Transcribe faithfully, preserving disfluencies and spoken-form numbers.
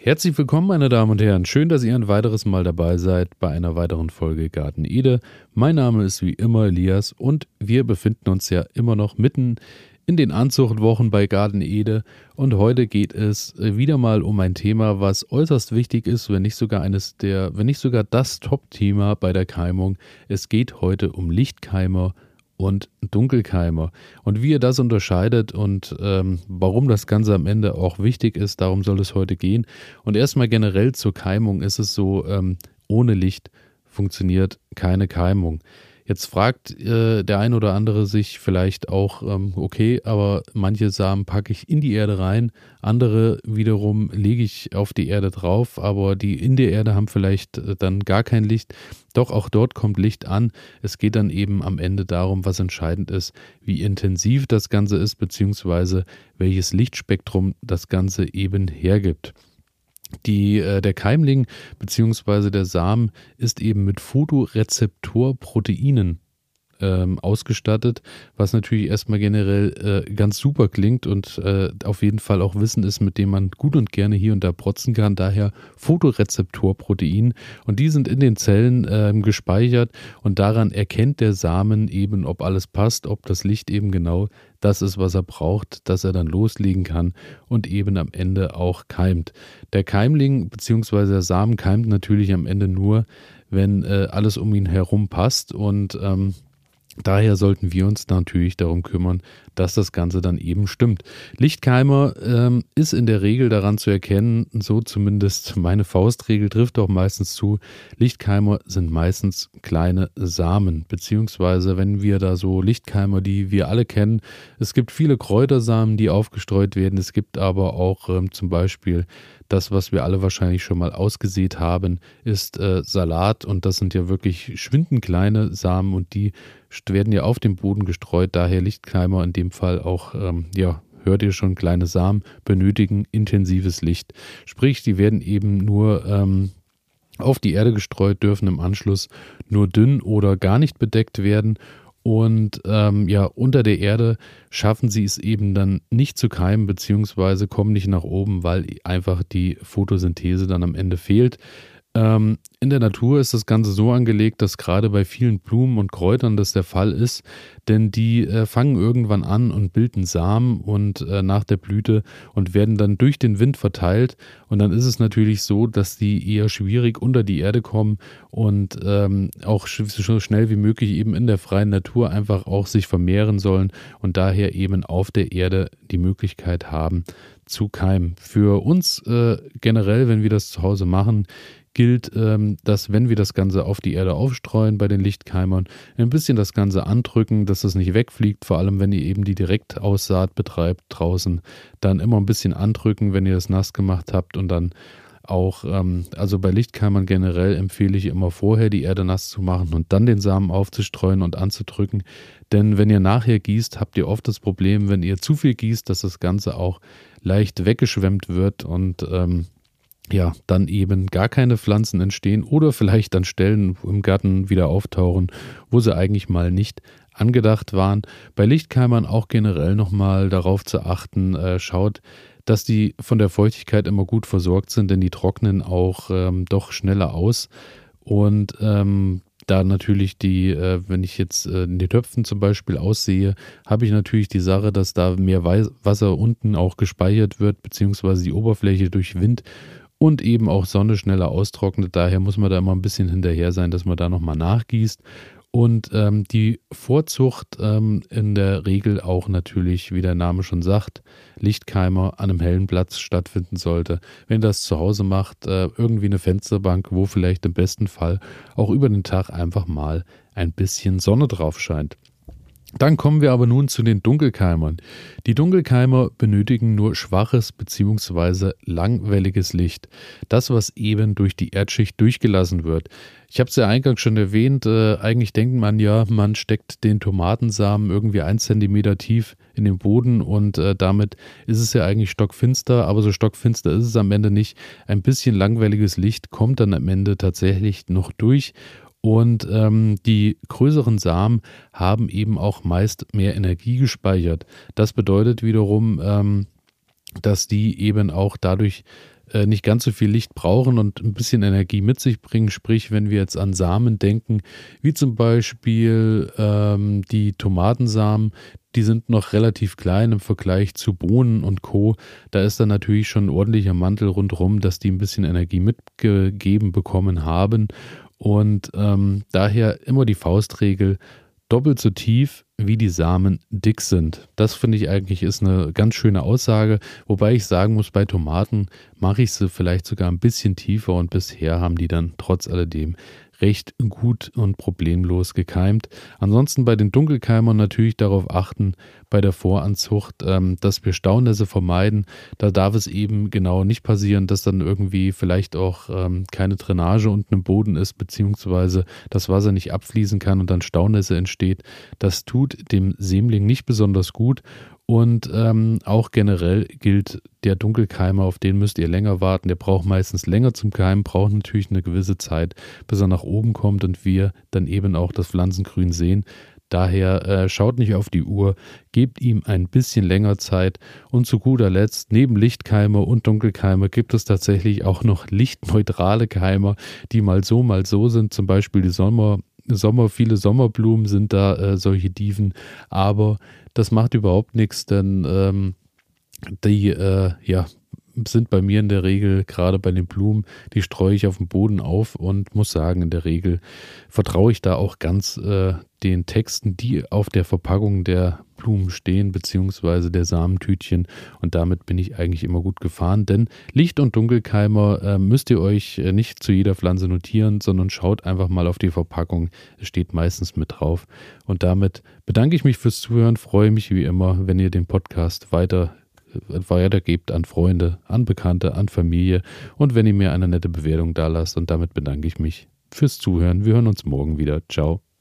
Herzlich willkommen, meine Damen und Herren. Schön, dass ihr ein weiteres Mal dabei seid bei einer weiteren Folge Garten Ede. Mein Name ist wie immer Elias und wir befinden uns ja immer noch mitten in den Anzuchtwochen bei Garten Ede. Und heute geht es wieder mal um ein Thema, was äußerst wichtig ist, wenn nicht sogar eines der, wenn nicht sogar das Top-Thema bei der Keimung. Es geht heute um Lichtkeimer und Dunkelkeimer. Und wie ihr das unterscheidet und ähm, warum das Ganze am Ende auch wichtig ist, darum soll es heute gehen. Und erstmal generell zur Keimung ist es so, ähm, ohne Licht funktioniert keine Keimung. Jetzt fragt äh, der ein oder andere sich vielleicht auch, ähm, okay, aber manche Samen packe ich in die Erde rein, andere wiederum lege ich auf die Erde drauf, aber die in der Erde haben vielleicht äh, dann gar kein Licht. Doch auch dort kommt Licht an. Es geht dann eben am Ende darum, was entscheidend ist, wie intensiv das Ganze ist, beziehungsweise welches Lichtspektrum das Ganze eben hergibt. Die, äh, der Keimling bzw. der Samen ist eben mit Photorezeptorproteinen ähm, ausgestattet, was natürlich erstmal generell äh, ganz super klingt und äh, auf jeden Fall auch Wissen ist, mit dem man gut und gerne hier und da protzen kann. Daher Photorezeptorprotein, und die sind in den Zellen äh, gespeichert und daran erkennt der Samen eben, ob alles passt, ob das Licht eben genau das ist, was er braucht, dass er dann loslegen kann und eben am Ende auch keimt. Der Keimling bzw. der Samen keimt natürlich am Ende nur, wenn äh, alles um ihn herum passt, und ähm, daher sollten wir uns natürlich darum kümmern, dass das Ganze dann eben stimmt. Lichtkeimer ähm, ist in der Regel daran zu erkennen, so zumindest meine Faustregel trifft auch meistens zu, Lichtkeimer sind meistens kleine Samen, beziehungsweise wenn wir da so Lichtkeimer, die wir alle kennen, es gibt viele Kräutersamen, die aufgestreut werden, es gibt aber auch ähm, zum Beispiel das, was wir alle wahrscheinlich schon mal ausgesät haben, ist äh, Salat, und das sind ja wirklich schwindend kleine Samen und die werden ja auf dem Boden gestreut, daher Lichtkeimer in dem Fall auch, ähm, ja, hört ihr schon, kleine Samen benötigen intensives Licht. Sprich, die werden eben nur ähm, auf die Erde gestreut, dürfen im Anschluss nur dünn oder gar nicht bedeckt werden. Und ähm, ja, unter der Erde schaffen sie es eben dann nicht zu keimen, beziehungsweise kommen nicht nach oben, weil einfach die Photosynthese dann am Ende fehlt. Ähm, in der Natur ist das Ganze so angelegt, dass gerade bei vielen Blumen und Kräutern das der Fall ist, denn die äh, fangen irgendwann an und bilden Samen und äh, nach der Blüte und werden dann durch den Wind verteilt, und dann ist es natürlich so, dass die eher schwierig unter die Erde kommen und ähm, auch so schnell wie möglich eben in der freien Natur einfach auch sich vermehren sollen und daher eben auf der Erde die Möglichkeit haben zu keimen. Für uns äh, generell, wenn wir das zu Hause machen, gilt, ähm, dass wenn wir das Ganze auf die Erde aufstreuen bei den Lichtkeimern, ein bisschen das Ganze andrücken, dass es nicht wegfliegt, vor allem wenn ihr eben die Direktaussaat betreibt draußen, dann immer ein bisschen andrücken, wenn ihr das nass gemacht habt, und dann auch, ähm, also bei Lichtkeimern generell empfehle ich immer vorher die Erde nass zu machen und dann den Samen aufzustreuen und anzudrücken, denn wenn ihr nachher gießt, habt ihr oft das Problem, wenn ihr zu viel gießt, dass das Ganze auch leicht weggeschwemmt wird und ähm, ja, dann eben gar keine Pflanzen entstehen oder vielleicht dann Stellen im Garten wieder auftauchen, wo sie eigentlich mal nicht angedacht waren. Bei Lichtkeimern auch generell nochmal darauf zu achten, äh, schaut, dass die von der Feuchtigkeit immer gut versorgt sind, denn die trocknen auch ähm, doch schneller aus, und ähm, da natürlich die, äh, wenn ich jetzt äh, in den Töpfen zum Beispiel aussehe, habe ich natürlich die Sache, dass da mehr Wasser unten auch gespeichert wird, beziehungsweise die Oberfläche durch Wind und eben auch Sonne schneller austrocknet. Daher muss man da immer ein bisschen hinterher sein, dass man da nochmal nachgießt. Und ähm, die Vorzucht ähm, in der Regel auch natürlich, wie der Name schon sagt, Lichtkeimer an einem hellen Platz stattfinden sollte. Wenn ihr das zu Hause macht, äh, irgendwie eine Fensterbank, wo vielleicht im besten Fall auch über den Tag einfach mal ein bisschen Sonne drauf scheint. Dann kommen wir aber nun zu den Dunkelkeimern. Die Dunkelkeimer benötigen nur schwaches bzw. langwelliges Licht. Das, was eben durch die Erdschicht durchgelassen wird. Ich habe es ja eingangs schon erwähnt, äh, eigentlich denkt man ja, man steckt den Tomatensamen irgendwie ein Zentimeter tief in den Boden und äh, damit ist es ja eigentlich stockfinster, aber so stockfinster ist es am Ende nicht. Ein bisschen langwelliges Licht kommt dann am Ende tatsächlich noch durch. Und ähm, die größeren Samen haben eben auch meist mehr Energie gespeichert. Das bedeutet wiederum, ähm, dass die eben auch dadurch äh, nicht ganz so viel Licht brauchen und ein bisschen Energie mit sich bringen. Sprich, wenn wir jetzt an Samen denken, wie zum Beispiel ähm, die Tomatensamen, die sind noch relativ klein im Vergleich zu Bohnen und Co. Da ist dann natürlich schon ein ordentlicher Mantel rundherum, dass die ein bisschen Energie mitgegeben bekommen haben. Und ähm, daher immer die Faustregel, doppelt so tief, wie die Samen dick sind. Das finde ich eigentlich ist eine ganz schöne Aussage, wobei ich sagen muss, bei Tomaten mache ich sie vielleicht sogar ein bisschen tiefer und bisher haben die dann trotz alledem recht gut und problemlos gekeimt. Ansonsten bei den Dunkelkeimern natürlich darauf achten, bei der Voranzucht, ähm, dass wir Staunässe vermeiden. Da darf es eben genau nicht passieren, dass dann irgendwie vielleicht auch ähm, keine Drainage unten im Boden ist, beziehungsweise das Wasser nicht abfließen kann und dann Staunässe entsteht. Das tut dem Sämling nicht besonders gut. Und ähm, auch generell gilt, der Dunkelkeimer, auf den müsst ihr länger warten. Der braucht meistens länger zum Keimen, braucht natürlich eine gewisse Zeit, bis er nach oben kommt und wir dann eben auch das Pflanzengrün sehen. Daher äh, schaut nicht auf die Uhr, gebt ihm ein bisschen länger Zeit. Und zu guter Letzt, neben Lichtkeimer und Dunkelkeimer gibt es tatsächlich auch noch lichtneutrale Keimer, die mal so, mal so sind. Zum Beispiel die Sommer, Sommer viele Sommerblumen sind da äh, solche Diven, aber das macht überhaupt nichts, denn ähm, die äh, ja, sind bei mir in der Regel, gerade bei den Blumen, die streue ich auf dem Boden auf und muss sagen, in der Regel vertraue ich da auch ganz äh, den Texten, die auf der Verpackung der Blumen stehen, beziehungsweise der Samentütchen, und damit bin ich eigentlich immer gut gefahren, denn Licht- und Dunkelkeimer äh, müsst ihr euch äh, nicht zu jeder Pflanze notieren, sondern schaut einfach mal auf die Verpackung, es steht meistens mit drauf. Und damit bedanke ich mich fürs Zuhören, freue mich wie immer, wenn ihr den Podcast weiter weitergebt an Freunde, an Bekannte, an Familie und wenn ihr mir eine nette Bewertung da lasst, und damit bedanke ich mich fürs Zuhören. Wir hören uns morgen wieder. Ciao.